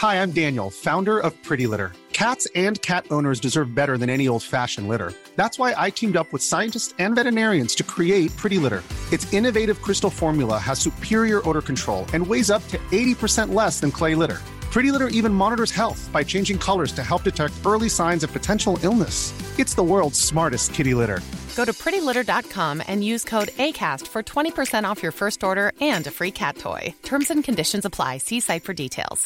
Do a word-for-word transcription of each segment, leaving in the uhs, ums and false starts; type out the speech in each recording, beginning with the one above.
Hi, I'm Daniel, founder of Pretty Litter. Cats and cat owners deserve better than any old-fashioned litter. That's why I teamed up with scientists and veterinarians to create Pretty Litter. Its innovative crystal formula has superior odor control and weighs up to eighty percent less than clay litter. Pretty Litter even monitors health by changing colors to help detect early signs of potential illness. It's the world's smartest kitty litter. Go to pretty litter dot com and use code ACAST for twenty percent off your first order and a free cat toy. Terms and conditions apply. See site for details.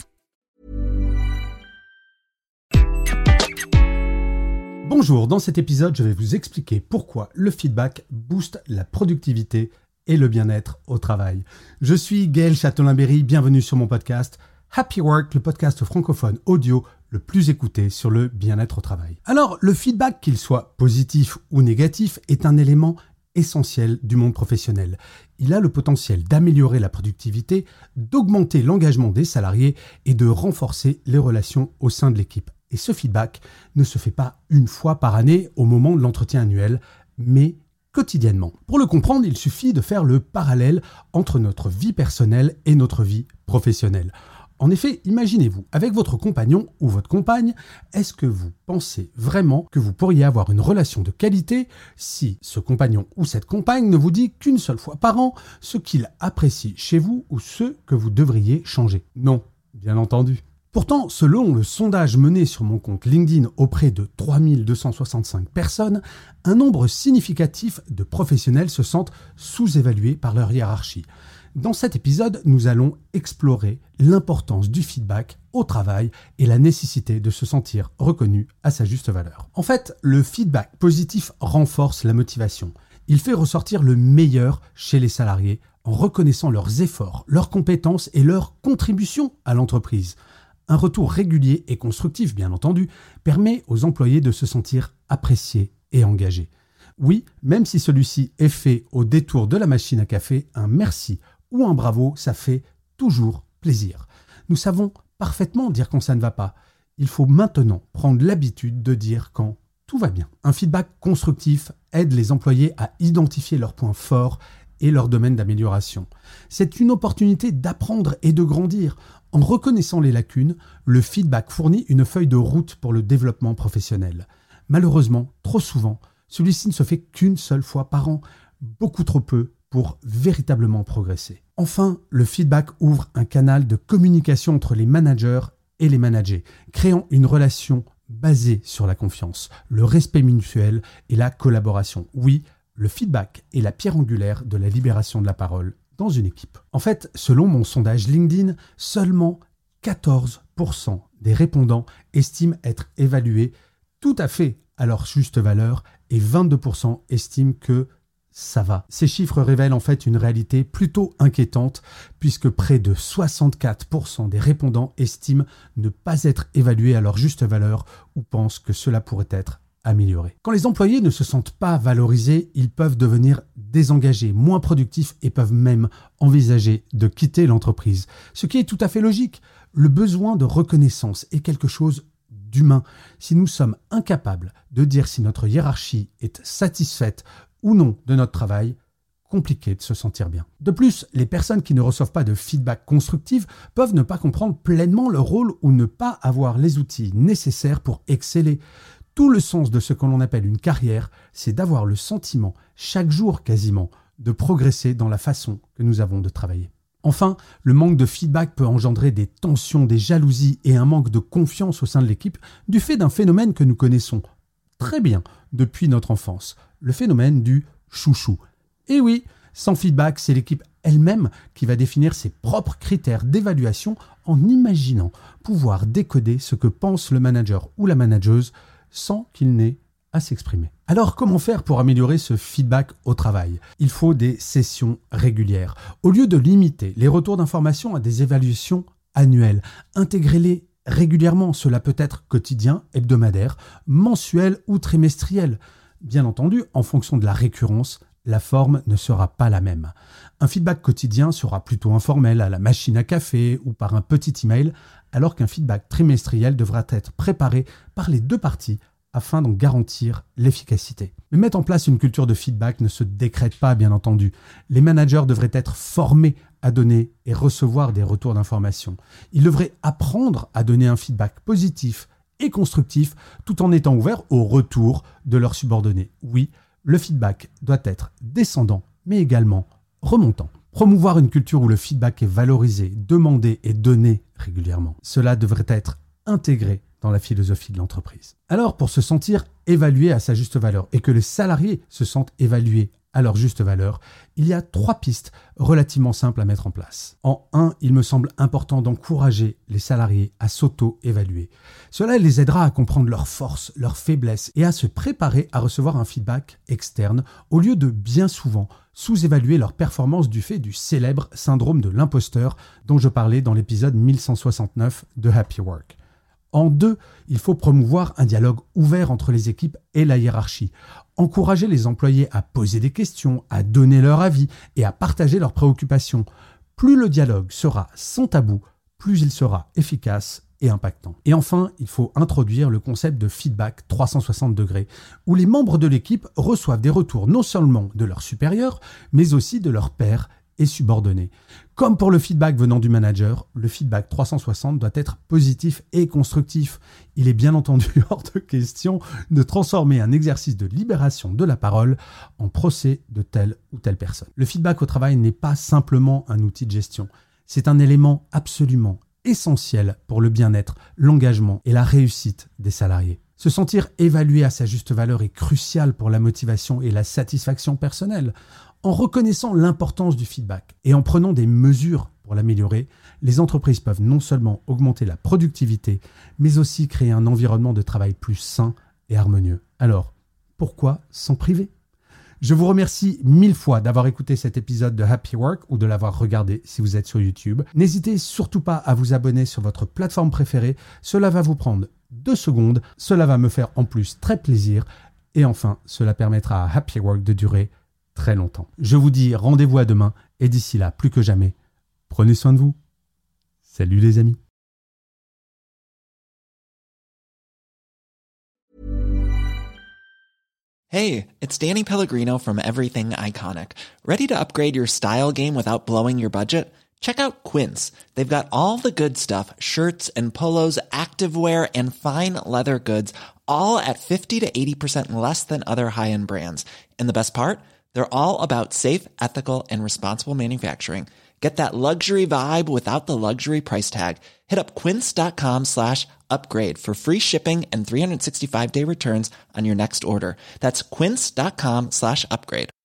Bonjour, dans cet épisode, je vais vous expliquer pourquoi le feedback booste la productivité et le bien-être au travail. Je suis Gaël Châtelain-Berry, bienvenue sur mon podcast Happy Work, le podcast francophone audio le plus écouté sur le bien-être au travail. Alors, le feedback, qu'il soit positif ou négatif, est un élément essentiel du monde professionnel. Il a le potentiel d'améliorer la productivité, d'augmenter l'engagement des salariés et de renforcer les relations au sein de l'équipe. Et ce feedback ne se fait pas une fois par année au moment de l'entretien annuel, mais quotidiennement. Pour le comprendre, il suffit de faire le parallèle entre notre vie personnelle et notre vie professionnelle. En effet, imaginez-vous, avec votre compagnon ou votre compagne, est-ce que vous pensez vraiment que vous pourriez avoir une relation de qualité si ce compagnon ou cette compagne ne vous dit qu'une seule fois par an ce qu'il apprécie chez vous ou ce que vous devriez changer? Non, bien entendu. Pourtant, selon le sondage mené sur mon compte LinkedIn auprès de trois mille deux cent soixante-cinq personnes, un nombre significatif de professionnels se sentent sous-évalués par leur hiérarchie. Dans cet épisode, nous allons explorer l'importance du feedback au travail et la nécessité de se sentir reconnu à sa juste valeur. En fait, le feedback positif renforce la motivation. Il fait ressortir le meilleur chez les salariés en reconnaissant leurs efforts, leurs compétences et leurs contributions à l'entreprise. Un retour régulier et constructif, bien entendu, permet aux employés de se sentir appréciés et engagés. Oui, même si celui-ci est fait au détour de la machine à café, un merci ou un bravo, ça fait toujours plaisir. Nous savons parfaitement dire quand ça ne va pas. Il faut maintenant prendre l'habitude de dire quand tout va bien. Un feedback constructif aide les employés à identifier leurs points forts et leurs domaines d'amélioration. C'est une opportunité d'apprendre et de grandir. En reconnaissant les lacunes, le feedback fournit une feuille de route pour le développement professionnel. Malheureusement, trop souvent, celui-ci ne se fait qu'une seule fois par an, beaucoup trop peu pour véritablement progresser. Enfin, le feedback ouvre un canal de communication entre les managers et les managés, créant une relation basée sur la confiance, le respect mutuel et la collaboration. Oui, le feedback est la pierre angulaire de la libération de la parole dans une équipe. En fait, selon mon sondage LinkedIn, seulement quatorze pour cent des répondants estiment être évalués tout à fait à leur juste valeur et vingt-deux pour cent estiment que ça va. Ces chiffres révèlent en fait une réalité plutôt inquiétante puisque près de soixante-quatre pour cent des répondants estiment ne pas être évalués à leur juste valeur ou pensent que cela pourrait être amélioré. Quand les employés ne se sentent pas valorisés, ils peuvent devenir désengagés, moins productifs et peuvent même envisager de quitter l'entreprise. Ce qui est tout à fait logique. Le besoin de reconnaissance est quelque chose d'humain. Si nous sommes incapables de dire si notre hiérarchie est satisfaite ou non de notre travail, compliqué de se sentir bien. De plus, les personnes qui ne reçoivent pas de feedback constructif peuvent ne pas comprendre pleinement leur rôle ou ne pas avoir les outils nécessaires pour exceller. Tout le sens de ce que l'on appelle une carrière, c'est d'avoir le sentiment, chaque jour quasiment, de progresser dans la façon que nous avons de travailler. Enfin, le manque de feedback peut engendrer des tensions, des jalousies et un manque de confiance au sein de l'équipe du fait d'un phénomène que nous connaissons très bien depuis notre enfance, le phénomène du chouchou. Et oui, sans feedback, c'est l'équipe elle-même qui va définir ses propres critères d'évaluation en imaginant pouvoir décoder ce que pense le manager ou la manageuse sans qu'il n'ait à s'exprimer. Alors, comment faire pour améliorer ce feedback au travail? Il faut des sessions régulières. Au lieu de limiter les retours d'informations à des évaluations annuelles, intégrez-les régulièrement. Cela peut être quotidien, hebdomadaire, mensuel ou trimestriel. Bien entendu, en fonction de la récurrence, la forme ne sera pas la même. Un feedback quotidien sera plutôt informel à la machine à café ou par un petit email, alors qu'un feedback trimestriel devra être préparé par les deux parties afin d'en garantir l'efficacité. Mais mettre en place une culture de feedback ne se décrète pas, bien entendu. Les managers devraient être formés à donner et recevoir des retours d'informations. Ils devraient apprendre à donner un feedback positif et constructif tout en étant ouverts au retour de leurs subordonnés. Oui, le feedback doit être descendant, mais également remontant. Promouvoir une culture où le feedback est valorisé, demandé et donné régulièrement. Cela devrait être intégré dans la philosophie de l'entreprise. Alors, pour se sentir évalué à sa juste valeur et que les salariés se sentent évalués à leur juste valeur, il y a trois pistes relativement simples à mettre en place. En un, il me semble important d'encourager les salariés à s'auto-évaluer. Cela les aidera à comprendre leurs forces, leurs faiblesses et à se préparer à recevoir un feedback externe au lieu de bien souvent sous-évaluer leur performance du fait du célèbre syndrome de l'imposteur dont je parlais dans l'épisode mille cent soixante-neuf de Happy Work. En deux, il faut promouvoir un dialogue ouvert entre les équipes et la hiérarchie. Encourager les employés à poser des questions, à donner leur avis et à partager leurs préoccupations. Plus le dialogue sera sans tabou, plus il sera efficace et impactant. Et enfin, il faut introduire le concept de feedback trois cent soixante degrés, où les membres de l'équipe reçoivent des retours non seulement de leurs supérieurs, mais aussi de leurs pairs et subordonnés. Comme pour le feedback venant du manager, le feedback trois cent soixante doit être positif et constructif. Il est bien entendu hors de question de transformer un exercice de libération de la parole en procès de telle ou telle personne. Le feedback au travail n'est pas simplement un outil de gestion, c'est un élément absolument essentiel pour le bien-être, l'engagement et la réussite des salariés. Se sentir évalué à sa juste valeur est crucial pour la motivation et la satisfaction personnelle. En reconnaissant l'importance du feedback et en prenant des mesures pour l'améliorer, les entreprises peuvent non seulement augmenter la productivité, mais aussi créer un environnement de travail plus sain et harmonieux. Alors, pourquoi s'en priver ? Je vous remercie mille fois d'avoir écouté cet épisode de Happy Work ou de l'avoir regardé si vous êtes sur YouTube. N'hésitez surtout pas à vous abonner sur votre plateforme préférée. Cela va vous prendre deux secondes. Cela va me faire en plus très plaisir. Et enfin, cela permettra à Happy Work de durer très longtemps. Je vous dis rendez-vous à demain et d'ici là, plus que jamais, prenez soin de vous. Salut les amis. Hey, it's Danny Pellegrino from Everything Iconic. Ready to upgrade your style game without blowing your budget? Check out Quince. They've got all the good stuff, shirts and polos, activewear and fine leather goods, all at fifty to eighty percent less than other high-end brands. And the best part? They're all about safe, ethical, and responsible manufacturing. Get that luxury vibe without the luxury price tag. Hit up quince.com slash upgrade for free shipping and three sixty-five day returns on your next order. That's quince.com slash upgrade.